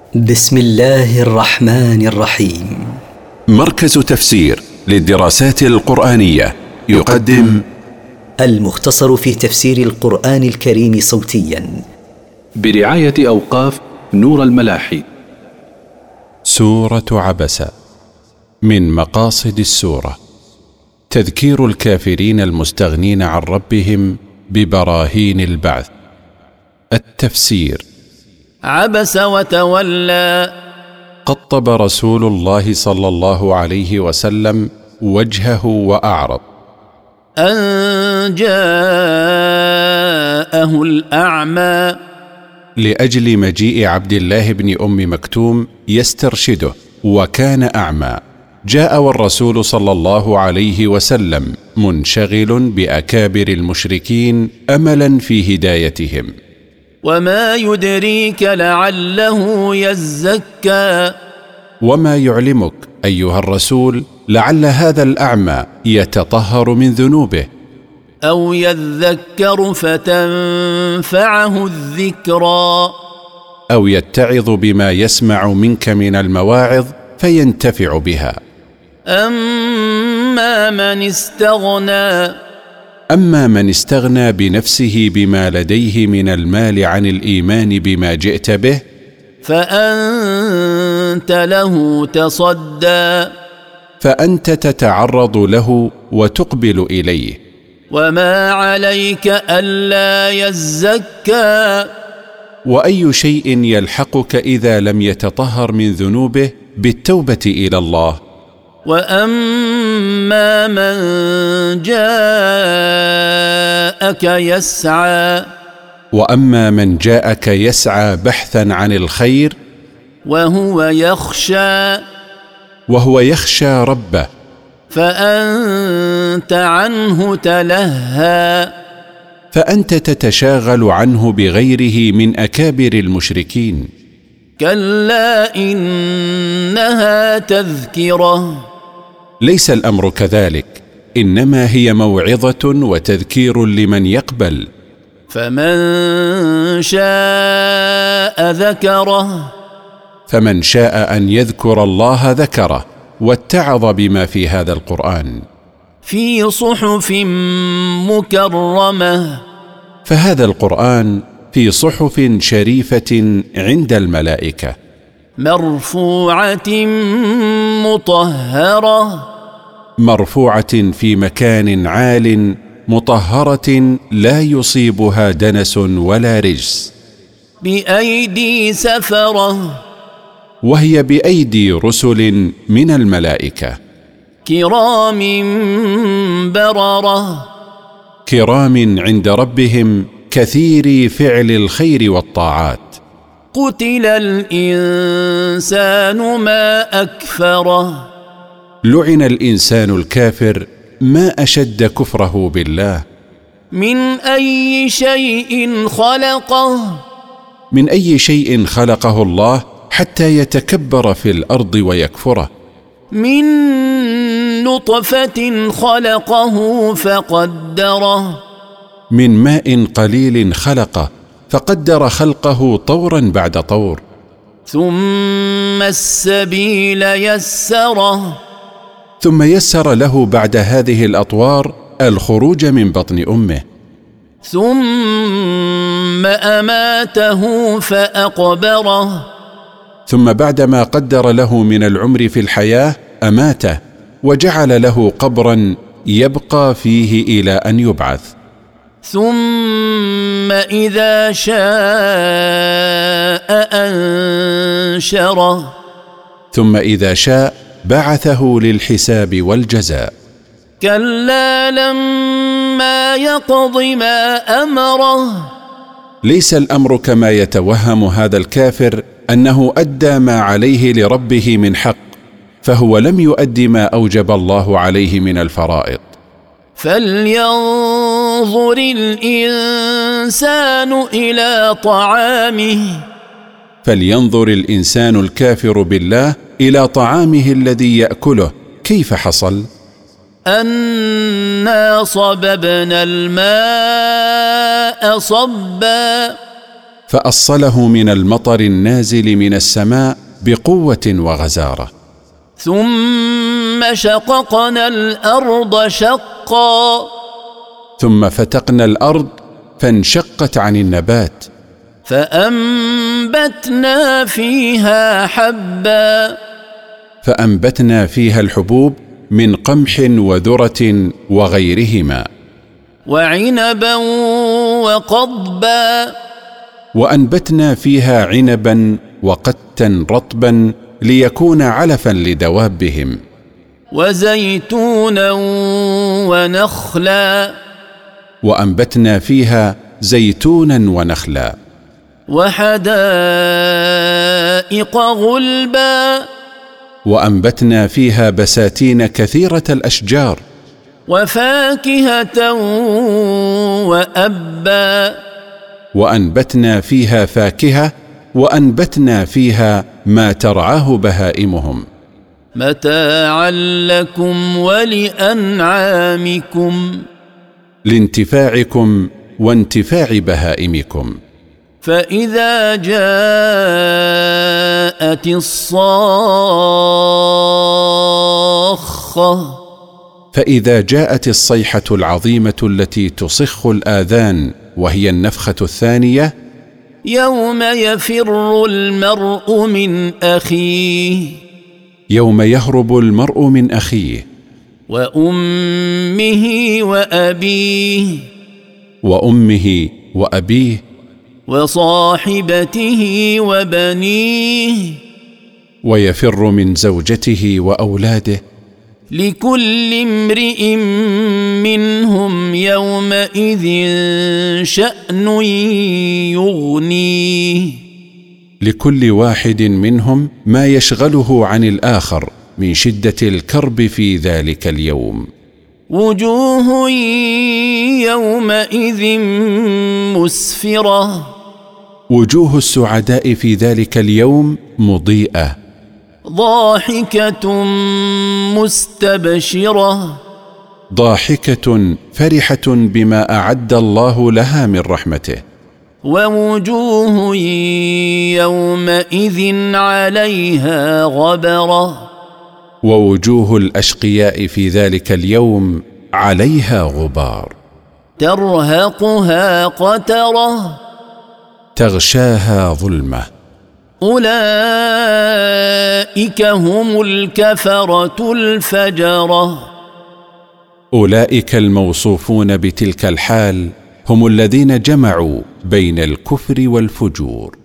بسم الله الرحمن الرحيم. مركز تفسير للدراسات القرآنية يقدم المختصر في تفسير القرآن الكريم صوتيا برعاية أوقاف نور الملاحي. سورة عبس. من مقاصد السورة تذكير الكافرين المستغنين عن ربهم ببراهين البعث. التفسير: عبس وتولى. قطب رسول الله صلى الله عليه وسلم وجهه وأعرض أن جاءه الأعمى، لأجل مجيء عبد الله بن أم مكتوم يسترشده وكان أعمى. جاء والرسول صلى الله عليه وسلم منشغل بأكابر المشركين أملا في هدايتهم. وما يدريك لعله يزكى. وما يعلمك أيها الرسول لعل هذا الأعمى يتطهر من ذنوبه أو يذكر فتنفعه الذكرى، أو يتعظ بما يسمع منك من المواعظ فينتفع بها. أما من استغنى، أما من استغنى بنفسه بما لديه من المال عن الإيمان بما جئت به فأنت له تصدى، فأنت تتعرض له وتقبل إليه. وما عليك ألا يزكى. وأي شيء يلحقك إذا لم يتطهر من ذنوبه بالتوبة إلى الله. وأما من جاءك يسعى، وأما من جاءك يسعى بحثا عن الخير وهو يخشى ربه فأنت عنه تلهى، فأنت تتشاغل عنه بغيره من أكابر المشركين. كلا إنها تذكرة. ليس الأمر كذلك، إنما هي موعظة وتذكير لمن يقبل. فمن شاء ذكره، فمن شاء أن يذكر الله ذكره واتعظ بما في هذا القرآن. في صحف مكرمة، فهذا القرآن في صحف شريفة عند الملائكة، مرفوعة مطهرة، مرفوعة في مكان عال، مطهرة لا يصيبها دنس ولا رجس. بأيدي سفرة، وهي بأيدي رسل من الملائكة، كرام بررة، كرام عند ربهم كثير فعل الخير والطاعات. قتل الإنسان ما أكفره، لعن الإنسان الكافر ما أشد كفره بالله. من أي شيء خلقه، من أي شيء خلقه الله حتى يتكبر في الأرض ويكفره. من نطفة خلقه فقدره، من ماء قليل خلقه فقدر خلقه طورا بعد طور. ثم السبيل يسره، ثم يسر له بعد هذه الأطوار الخروج من بطن أمه. ثم أماته فأقبره، ثم بعدما قدر له من العمر في الحياة أماته وجعل له قبرا يبقى فيه إلى أن يبعث. ثم إذا شاء أنشره، ثم إذا شاء بعثه للحساب والجزاء. كلا لما يقض ما أمره. ليس الأمر كما يتوهم هذا الكافر أنه أدى ما عليه لربه من حق، فهو لم يؤد ما أوجب الله عليه من الفرائض. فلينظر الإنسان إلى طعامه، فلينظر الإنسان الكافر بالله إلى طعامه الذي يأكله كيف حصل. أنا صببنا الماء صبا، فأصله من المطر النازل من السماء بقوة وغزارة. ثم شققنا الأرض شقا ثم فتقنا الأرض فانشقت عن النبات، فأنبتنا فيها حبا فأنبتنا فيها الحبوب من قمح وذرة وغيرهما، وعنبا وقضبا، وأنبتنا فيها عنبا وقتا رطبا ليكون علفا لدوابهم، وزيتونا ونخلا، وأنبتنا فيها زيتونا ونخلا، وحدائق غلبا، وأنبتنا فيها بساتين كثيرة الأشجار، وفاكهة وأبا، وأنبتنا فيها فاكهة، وأنبتنا فيها ما ترعاه بهائمهم، متاعا لكم ولأنعامكم، لانتفاعكم وانتفاع بهائمكم. فإذا جاءت الصاخة، فإذا جاءت الصيحة العظيمة التي تصخ الآذان وهي النفخة الثانية، يوم يفر المرء من أخيه، يوم يهرب المرء من أخيه، وأمه وأبيه، وأمه وأبيه، وصاحبته وبنيه، ويفر من زوجته وأولاده. لكل امرئ منهم يومئذ شأن يغنيه، لكل واحد منهم ما يشغله عن الآخر من شدة الكرب في ذلك اليوم. وجوه يومئذ مسفرة، وجوه السعداء في ذلك اليوم مضيئة، ضاحكة مستبشرة، ضاحكة فرحة بما أعد الله لها من رحمته. ووجوه يومئذ عليها غبرة، ووجوه الأشقياء في ذلك اليوم عليها غبار، ترهقها قترة، تغشاها ظلمة. أولئك هم الكفرة الفجرة، أولئك الموصوفون بتلك الحال هم الذين جمعوا بين الكفر والفجور.